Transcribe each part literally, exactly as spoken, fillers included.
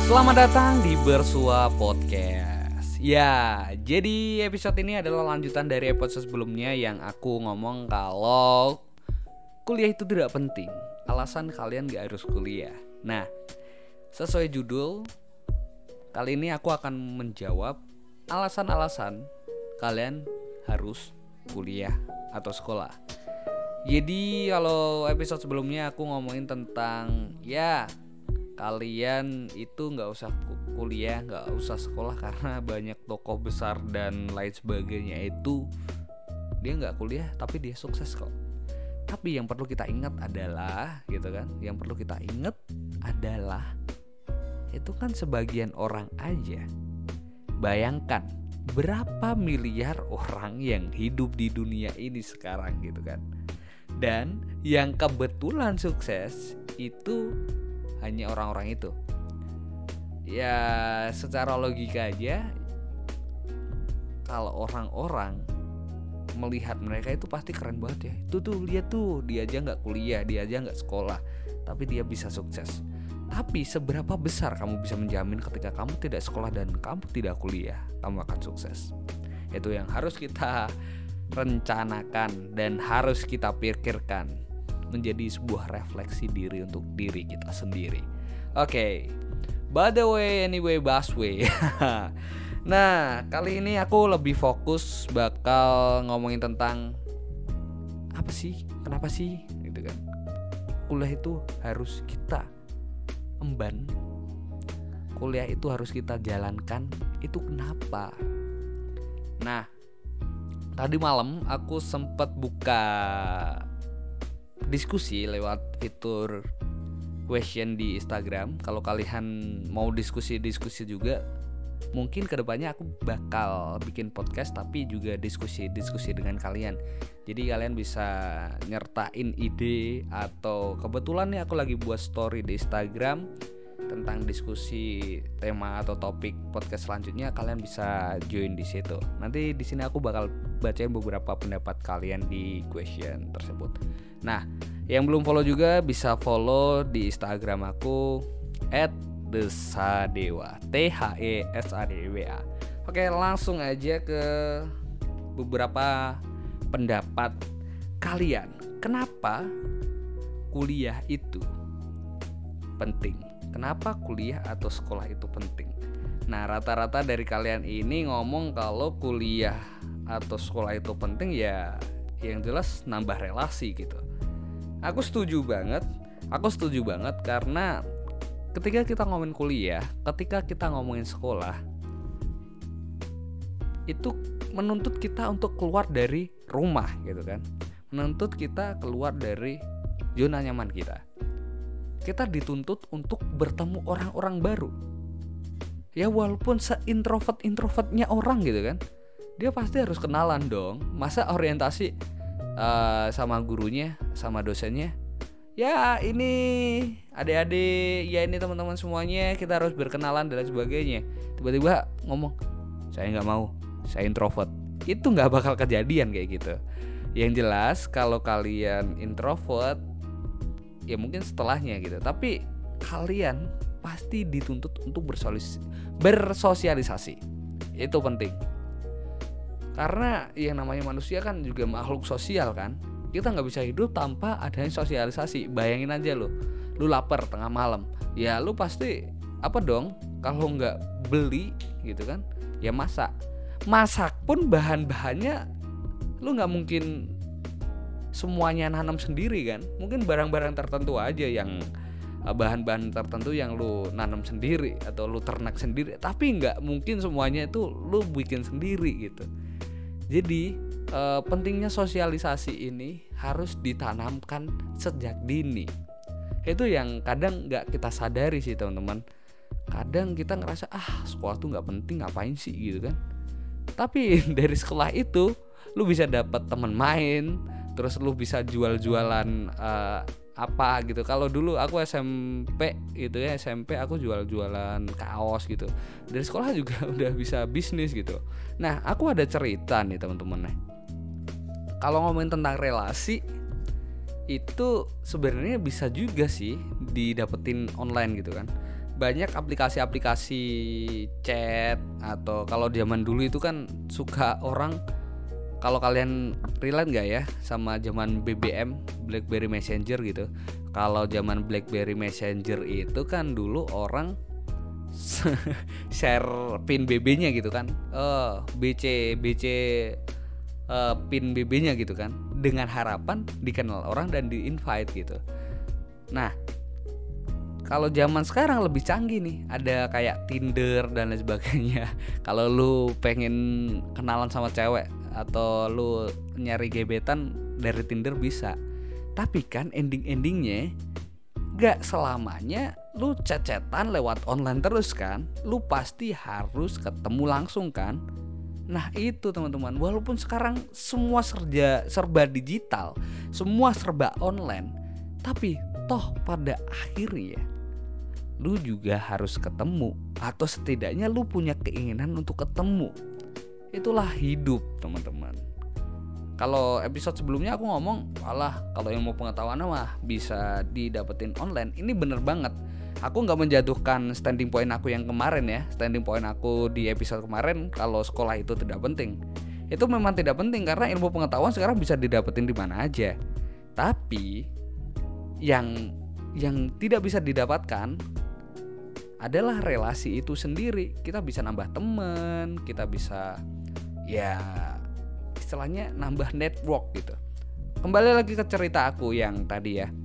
Selamat datang di Bersua Podcast. Ya, jadi episode ini adalah lanjutan dari episode sebelumnya yang aku ngomong kalau kuliah itu tidak penting. Alasan kalian gak harus kuliah. Nah, sesuai judul, kali ini aku akan menjawab alasan-alasan kalian harus kuliah atau sekolah. Jadi kalau episode sebelumnya aku ngomongin tentang ya kalian itu nggak usah kuliah, nggak usah sekolah karena banyak tokoh besar dan lain sebagainya itu dia nggak kuliah tapi dia sukses kok. Tapi yang perlu kita ingat adalah gitu kan, yang perlu kita ingat adalah itu kan sebagian orang aja. Bayangkan berapa miliar orang yang hidup di dunia ini sekarang gitu kan. Dan yang kebetulan sukses itu hanya orang-orang itu. Ya secara logika aja, kalau orang-orang melihat mereka itu pasti keren banget ya. Itu tuh lihat tuh, dia aja gak kuliah, dia aja gak sekolah, tapi dia bisa sukses. Tapi seberapa besar kamu bisa menjamin ketika kamu tidak sekolah dan kamu tidak kuliah, kamu akan sukses? Itu yang harus kita rencanakan dan harus kita pikirkan, menjadi sebuah refleksi diri untuk diri kita sendiri. Oke, okay. By the way, anyway, busway. Nah, kali ini aku lebih fokus bakal ngomongin tentang apa sih, kenapa sih, gitu kan? Kuliah itu harus kita emban, kuliah itu harus kita jalankan. Itu kenapa? Nah, tadi malam aku sempat buka diskusi lewat fitur question di Instagram. Kalau kalian mau diskusi-diskusi juga, mungkin kedepannya aku bakal bikin podcast tapi juga diskusi-diskusi dengan kalian. Jadi kalian bisa nyertain ide, atau kebetulan nih aku lagi buat story di Instagram tentang diskusi tema atau topik podcast selanjutnya, kalian bisa join di situ. Nanti di sini aku bakal bacain beberapa pendapat kalian di question tersebut. Nah, yang belum follow juga bisa follow di Instagram aku et desadewa, T H E S A D W A. Oke, langsung aja ke beberapa pendapat kalian. Kenapa kuliah itu penting? Kenapa kuliah atau sekolah itu penting? Nah, rata-rata dari kalian ini ngomong kalau kuliah atau sekolah itu penting, ya yang jelas nambah relasi gitu. Aku setuju banget. Aku setuju banget karena ketika kita ngomongin kuliah, ketika kita ngomongin sekolah, itu menuntut kita untuk keluar dari rumah gitu kan. Menuntut kita keluar dari zona nyaman kita. Kita dituntut untuk bertemu orang-orang baru. Ya walaupun se-introvert-introvertnya orang gitu kan, dia pasti harus kenalan dong. Masa orientasi uh, sama gurunya, sama dosennya, ya ini adik-adik, ya ini teman-teman semuanya, kita harus berkenalan dan lain sebagainya. Tiba-tiba ngomong, saya gak mau, saya introvert. Itu gak bakal kejadian kayak gitu. Yang jelas kalau kalian introvert, ya mungkin setelahnya gitu. Tapi kalian pasti dituntut untuk bersosialisasi. Itu penting. Karena yang namanya manusia kan juga makhluk sosial kan. Kita gak bisa hidup tanpa adanya sosialisasi. Bayangin aja lo, lu lapar tengah malam, ya lu pasti apa dong, kalau gak beli gitu kan, ya masak. Masak pun bahan-bahannya lu gak mungkin semuanya nanam sendiri kan. Mungkin barang-barang tertentu aja yang bahan-bahan tertentu yang lu nanam sendiri atau lu ternak sendiri, tapi nggak mungkin semuanya itu lu bikin sendiri gitu. Jadi eh, pentingnya sosialisasi ini harus ditanamkan sejak dini. Itu yang kadang nggak kita sadari sih teman-teman. Kadang kita ngerasa ah sekolah tuh nggak penting, ngapain sih gitu kan. Tapi dari sekolah itu lu bisa dapat teman main, terus lu bisa jual-jualan uh, apa gitu. Kalau dulu aku S M P gitu ya, S M P aku jual-jualan kaos gitu. Dari sekolah juga udah bisa bisnis gitu. Nah, aku ada cerita nih teman-teman nih. Kalau ngomongin tentang relasi, itu sebenarnya bisa juga sih didapetin online gitu kan. banyak aplikasi-aplikasi chat, atau kalau zaman dulu itu kan suka orang, kalau kalian relate nggak ya sama zaman B B M, BlackBerry Messenger gitu. Kalau zaman BlackBerry Messenger itu kan dulu orang share pin B B-nya gitu kan, oh, B C B C uh, pin B B-nya gitu kan, dengan harapan dikenal orang dan di-invite gitu. Nah, kalau zaman sekarang lebih canggih nih, ada kayak Tinder dan lain sebagainya. Kalau lu pengen kenalan sama cewek atau lu nyari gebetan dari Tinder bisa. Tapi kan ending-endingnya gak selamanya lu chat-chatan lewat online terus kan. Lu pasti harus ketemu langsung kan. Nah itu teman-teman, walaupun sekarang semua serba, serba digital, semua serba online, tapi toh pada akhirnya lu juga harus ketemu, atau setidaknya lu punya keinginan untuk ketemu. Itulah hidup teman-teman. Kalau episode sebelumnya aku ngomong, alah kalau yang mau pengetahuan mah bisa didapetin online. Ini bener banget. Aku gak menjatuhkan standing point aku yang kemarin ya. Standing point aku di episode kemarin kalau sekolah itu tidak penting. Itu memang tidak penting karena ilmu pengetahuan sekarang bisa didapetin di mana aja. Tapi yang yang tidak bisa didapatkan adalah relasi itu sendiri. Kita bisa nambah temen, kita bisa ya istilahnya nambah network gitu. Kembali lagi ke cerita aku yang tadi ya.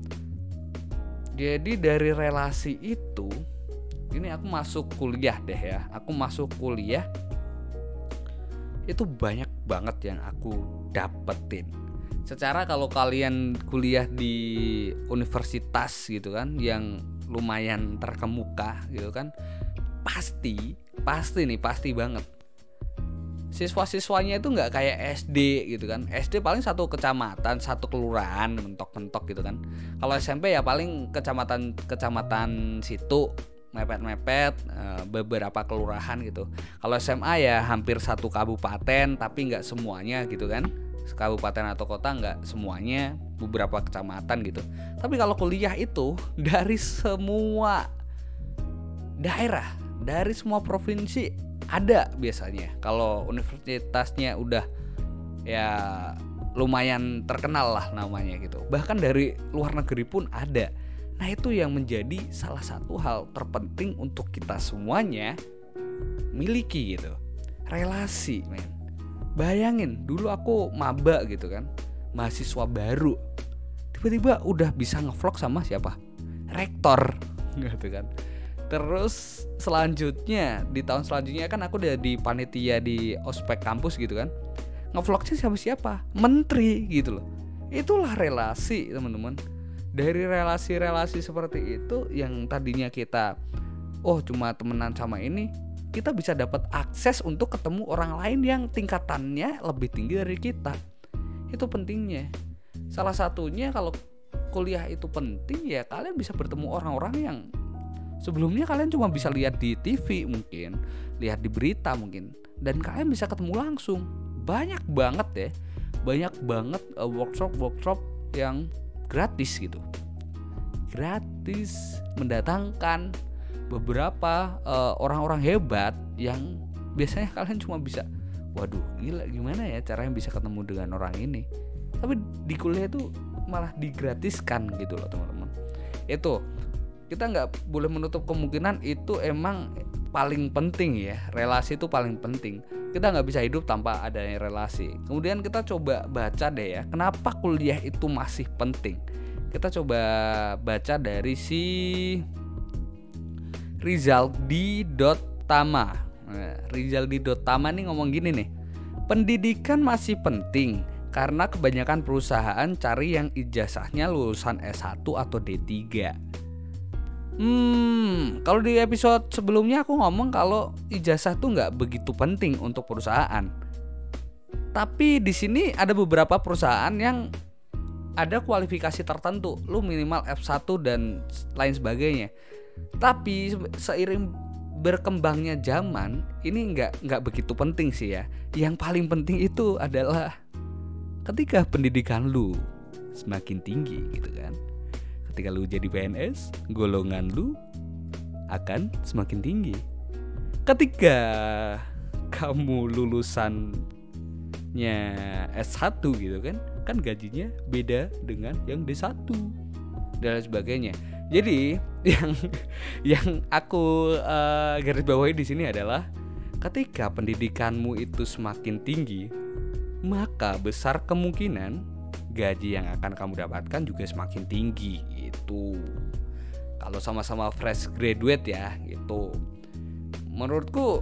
Jadi dari relasi itu, ini aku masuk kuliah deh ya. Aku masuk kuliah itu banyak banget yang aku dapetin. Secara kalau kalian kuliah di universitas gitu kan, yang lumayan terkemuka gitu kan, pasti pasti nih pasti banget siswa-siswanya itu nggak kayak S D gitu kan. S D paling satu kecamatan, satu kelurahan, mentok-mentok gitu kan. Kalau S M P ya paling kecamatan kecamatan situ mepet-mepet, beberapa kelurahan gitu. Kalau S M A ya hampir satu kabupaten, tapi nggak semuanya gitu kan. Kabupaten atau kota nggak semuanya, beberapa kecamatan gitu. Tapi kalau kuliah itu dari semua daerah, dari semua provinsi ada biasanya. Kalau universitasnya udah ya lumayan terkenal lah namanya gitu. Bahkan dari luar negeri pun ada. Nah itu yang menjadi salah satu hal terpenting untuk kita semuanya miliki gitu. Relasi men. Bayangin dulu aku maba gitu kan, mahasiswa baru, tiba-tiba udah bisa ngevlog sama siapa? Rektor gitu kan. Terus selanjutnya di tahun selanjutnya kan aku udah di panitia di ospek kampus gitu kan, ngevlognya siapa siapa? Menteri gitu loh. Itulah relasi teman-teman. Dari relasi-relasi seperti itu yang tadinya kita oh cuma temenan sama ini, kita bisa dapat akses untuk ketemu orang lain yang tingkatannya lebih tinggi dari kita. Itu pentingnya. Salah satunya kalau kuliah itu penting ya kalian bisa bertemu orang-orang yang sebelumnya kalian cuma bisa lihat di T V mungkin, lihat di berita mungkin, dan kalian bisa ketemu langsung. Banyak banget ya, banyak banget uh, workshop-workshop yang gratis gitu. Gratis mendatangkan beberapa uh, orang-orang hebat yang biasanya kalian cuma bisa, waduh gila gimana ya caranya bisa ketemu dengan orang ini. Tapi di kuliah itu malah digratiskan gitu loh teman-teman. Itu kita nggak boleh menutup kemungkinan itu emang paling penting ya. Relasi itu paling penting. Kita nggak bisa hidup tanpa adanya relasi. Kemudian kita coba baca deh ya, kenapa kuliah itu masih penting. Kita coba baca dari si Rizaldi Tama. Nah, Rizaldi Tama nih ngomong gini nih. Pendidikan masih penting karena kebanyakan perusahaan cari yang ijazahnya lulusan S satu atau D tiga. Hmm, kalau di episode sebelumnya aku ngomong kalau ijazah tuh nggak begitu penting untuk perusahaan. Tapi di sini ada beberapa perusahaan yang ada kualifikasi tertentu, lu minimal F satu dan lain sebagainya. Tapi seiring berkembangnya zaman, ini nggak nggak begitu penting sih ya. Yang paling penting itu adalah ketika pendidikan lu semakin tinggi gitu kan. Ketika lu jadi P N S, golongan lu akan semakin tinggi. Ketika kamu lulusannya S satu gitu kan, kan gajinya beda dengan yang D satu dan lain sebagainya. Jadi yang yang aku uh, garis bawahi di sini adalah ketika pendidikanmu itu semakin tinggi, maka besar kemungkinan gaji yang akan kamu dapatkan juga semakin tinggi gitu. Kalau sama-sama fresh graduate ya gitu. Menurutku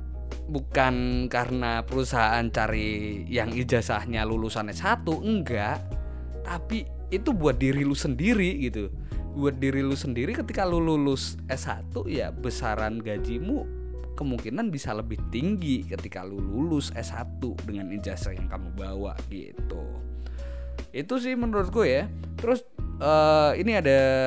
bukan karena perusahaan cari yang ijazahnya lulusan S satu, enggak. Tapi itu buat diri lu sendiri gitu. Buat diri lu sendiri ketika lu lulus S satu ya besaran gajimu kemungkinan bisa lebih tinggi ketika lu lulus S satu dengan ijazah yang kamu bawa gitu. Itu sih menurutku ya. Terus uh, ini ada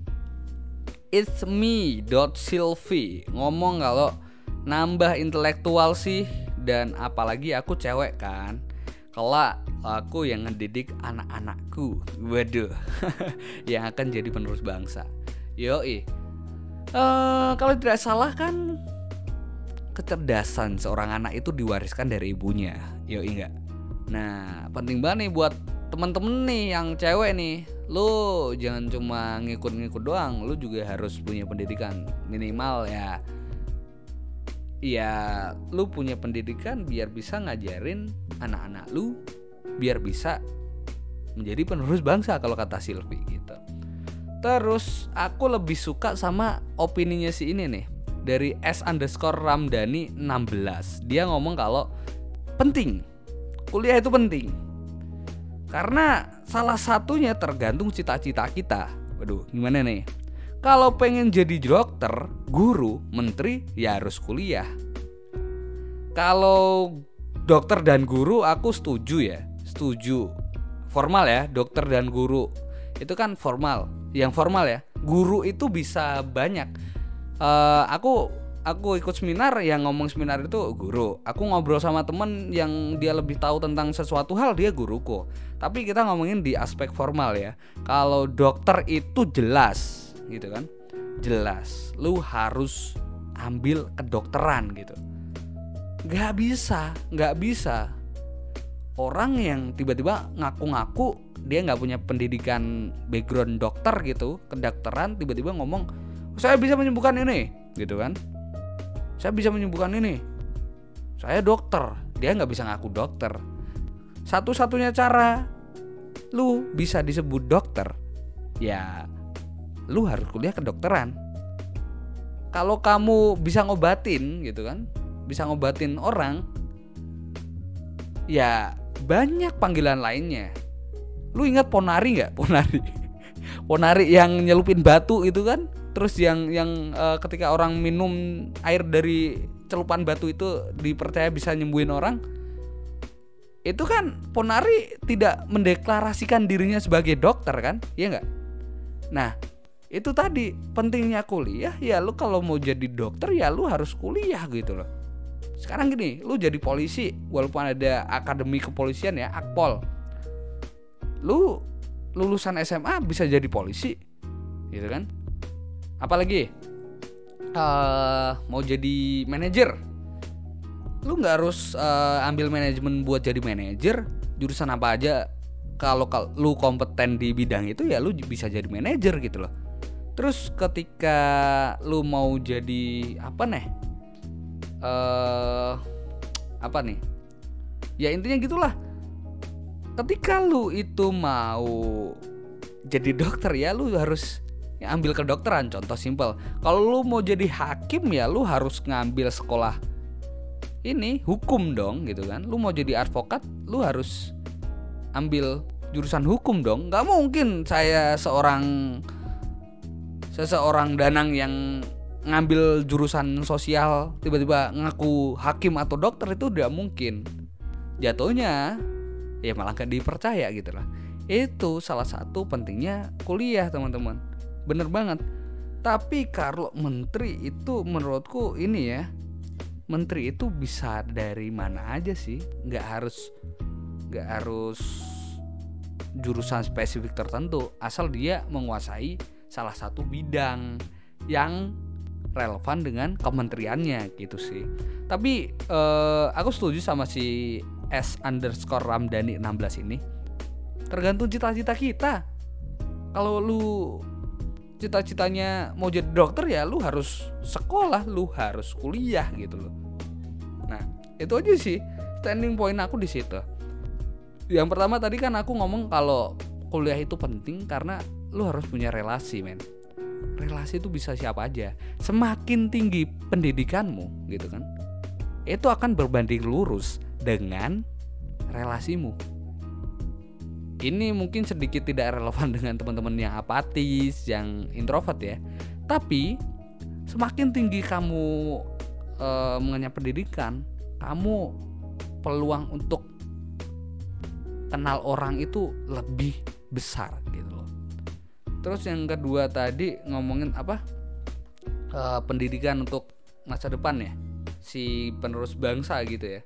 It's me dot Silvi ngomong kalau nambah intelektual sih, dan apalagi aku cewek kan, kelak aku yang ngedidik anak-anakku, waduh, yang akan jadi penerus bangsa. Yoi, uh, kalau tidak salah kan kecerdasan seorang anak itu diwariskan dari ibunya, yoi enggak? Nah penting banget nih buat temen-temen nih yang cewek nih, lu jangan cuma ngikut-ngikut doang, lu juga harus punya pendidikan minimal ya. Ya, lu punya pendidikan biar bisa ngajarin anak-anak lu, biar bisa menjadi penerus bangsa kalau kata Silvi gitu. Terus aku lebih suka sama opininya si ini nih, dari S underscore Ramdhani enam belas. Dia ngomong kalau penting, kuliah itu penting. Karena salah satunya tergantung cita-cita kita. Waduh, gimana nih? Kalau pengen jadi dokter, guru, menteri, ya harus kuliah. Kalau dokter dan guru, aku setuju ya, setuju. Formal ya, dokter dan guru. Itu kan formal. Yang formal ya, guru itu bisa banyak. Uh, aku aku ikut seminar, yang ngomong seminar itu guru. Aku ngobrol sama temen yang dia lebih tahu tentang sesuatu hal, dia guruku. Tapi kita ngomongin di aspek formal ya. Kalau dokter itu jelas gitu kan, jelas lu harus ambil kedokteran gitu. Gak bisa, gak bisa orang yang tiba-tiba ngaku-ngaku dia gak punya pendidikan background dokter gitu, kedokteran, tiba-tiba ngomong saya bisa menyembuhkan ini gitu kan, saya bisa menyembuhkan ini, saya dokter. Dia gak bisa ngaku dokter. Satu-satunya cara lu bisa disebut dokter, ya lu harus kuliah kedokteran. Kalau kamu bisa ngobatin gitu kan, bisa ngobatin orang, ya banyak panggilan lainnya. Lu ingat Ponari gak? Ponari Ponari yang nyelupin batu itu kan. Terus yang yang uh, ketika orang minum air dari celupan batu itu dipercaya bisa nyembuhin orang. Itu kan Ponari tidak mendeklarasikan dirinya sebagai dokter kan, iya gak? Nah itu tadi pentingnya kuliah. Ya lu kalau mau jadi dokter ya lu harus kuliah gitu loh. Sekarang gini, lu jadi polisi, walaupun ada akademi kepolisian ya, Akpol, lu lulusan S M A bisa jadi polisi gitu kan. Apalagi uh, mau jadi manajer, lu gak harus uh, ambil manajemen buat jadi manajer. Jurusan apa aja, kalau lu kompeten di bidang itu ya lu bisa jadi manajer gitu loh. Terus ketika lu mau jadi apa nih, uh, apa nih, ya intinya gitulah. Ketika lu itu mau jadi dokter ya lu harus ya ambil kedokteran. Contoh simpel, kalau lu mau jadi hakim ya lu harus ngambil sekolah ini hukum dong gitu kan. Lu mau jadi advokat lu harus ambil jurusan hukum dong. Gak mungkin saya seorang seseorang Danang yang ngambil jurusan sosial tiba-tiba ngaku hakim atau dokter, itu udah mungkin. Jatuhnya ya malah gak dipercaya gitu lah. Itu salah satu pentingnya kuliah teman-teman, bener banget. Tapi kalau menteri itu menurutku ini ya, menteri itu bisa dari mana aja sih, gak harus gak harus jurusan spesifik tertentu, asal dia menguasai salah satu bidang yang relevan dengan kementeriannya gitu sih. Tapi uh, aku setuju sama si S underscore Ramdhani enam belas ini. Tergantung cita-cita kita. Kalau lu cita-citanya mau jadi dokter ya lu harus sekolah, lu harus kuliah gitu loh. Nah, itu aja sih standing point aku di situ. Yang pertama tadi kan aku ngomong kalau kuliah itu penting karena lu harus punya relasi, men. Relasi itu bisa siapa aja. Semakin tinggi pendidikanmu gitu kan, itu akan berbanding lurus dengan relasimu. Ini mungkin sedikit tidak relevan dengan teman-teman yang apatis, yang introvert ya. Tapi semakin tinggi kamu e, mengenyam pendidikan, kamu peluang untuk kenal orang itu lebih besar gitu loh. Terus yang kedua tadi ngomongin apa? E, pendidikan untuk masa depan ya, si penerus bangsa gitu ya.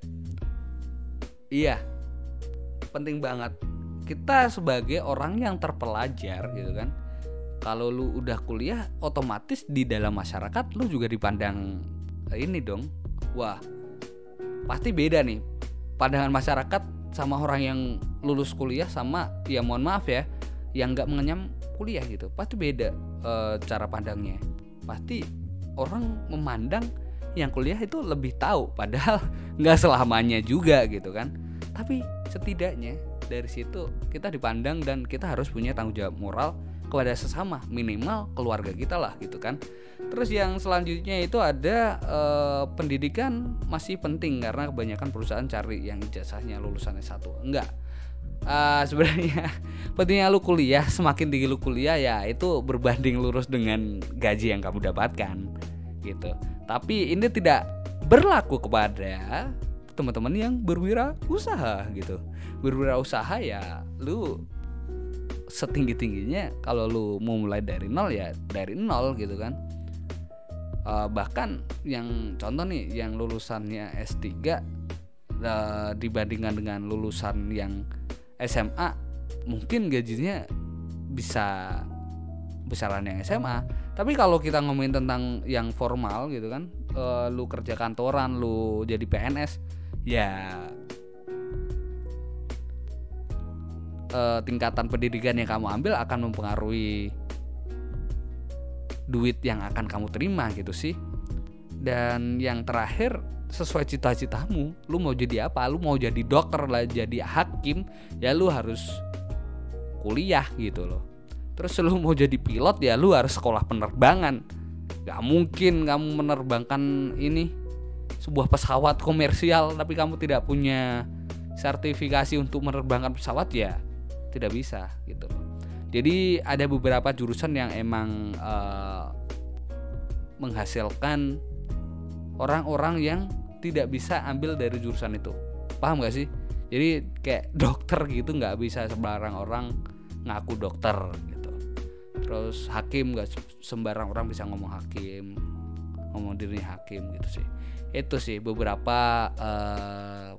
Iya, penting banget. Kita sebagai orang yang terpelajar gitu kan, kalau lu udah kuliah otomatis di dalam masyarakat lu juga dipandang ini dong. Wah, pasti beda nih pandangan masyarakat sama orang yang lulus kuliah sama ya mohon maaf ya yang gak mengenyam kuliah gitu. Pasti beda e, cara pandangnya. Pasti orang memandang yang kuliah itu lebih tahu, padahal gak selamanya juga gitu kan. Tapi setidaknya dari situ kita dipandang dan kita harus punya tanggung jawab moral kepada sesama, minimal keluarga kita lah gitu kan. Terus yang selanjutnya itu ada e, pendidikan masih penting karena kebanyakan perusahaan cari yang ijazahnya lulusan S satu. Enggak, e, sebenarnya pentingnya lu kuliah, semakin tinggi lu kuliah ya itu berbanding lurus dengan gaji yang kamu dapatkan gitu. Tapi ini tidak berlaku kepada teman-teman yang berwirausaha gitu. Berwirausaha ya lu setinggi-tingginya kalau lu mau mulai dari nol ya dari nol gitu kan. Uh, bahkan yang contoh nih yang lulusannya S tiga uh, dibandingkan dengan lulusan yang S M A mungkin gajinya bisa besaran yang S M A. Tapi kalau kita ngomongin tentang yang formal gitu kan, uh, lu kerja kantoran, lu jadi P N S ya uh, tingkatan pendidikan yang kamu ambil akan mempengaruhi duit yang akan kamu terima gitu sih. Dan yang terakhir sesuai cita-citamu, lu mau jadi apa? Lu mau jadi dokter lah, jadi hakim, ya lu harus kuliah gitu loh. Terus lu mau jadi pilot ya lu harus sekolah penerbangan. Gak mungkin kamu menerbangkan ini sebuah pesawat komersial tapi kamu tidak punya sertifikasi untuk menerbangkan pesawat ya tidak bisa gitu loh. Jadi ada beberapa jurusan yang emang uh, menghasilkan orang-orang yang tidak bisa ambil dari jurusan itu. Paham gak sih? Jadi kayak dokter gitu gak bisa sembarang orang ngaku dokter gitu. Terus hakim gak sembarang orang bisa ngomong hakim, ngomong dirinya hakim gitu sih. Itu sih beberapa uh,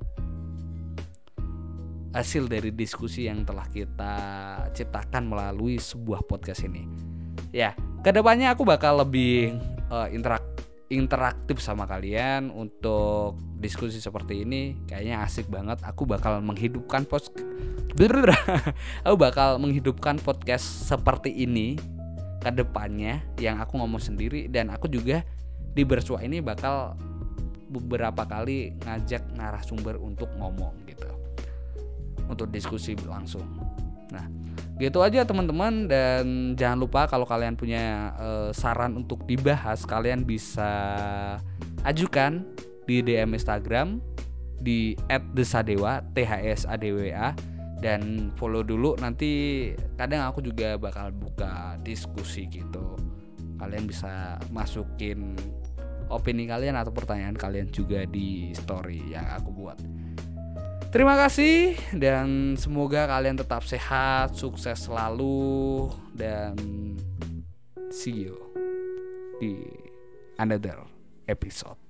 hasil dari diskusi yang telah kita ciptakan melalui sebuah podcast ini. Ya, kedepannya aku bakal lebih uh, interak interaktif sama kalian untuk diskusi seperti ini. Kayaknya asik banget. Aku bakal menghidupkan post aku bakal menghidupkan podcast seperti ini kedepannya yang aku ngomong sendiri, dan aku juga di Bersua ini bakal beberapa kali ngajak narasumber untuk ngomong gitu, untuk diskusi langsung. Nah, gitu aja teman-teman, dan jangan lupa kalau kalian punya e, saran untuk dibahas, kalian bisa ajukan di D M Instagram di et desadewa T H S A D W A, dan follow dulu, nanti kadang aku juga bakal buka diskusi gitu. Kalian bisa masukin opini kalian atau pertanyaan kalian juga di story yang aku buat. Terima kasih dan semoga kalian tetap sehat, sukses selalu, dan see you di another episode.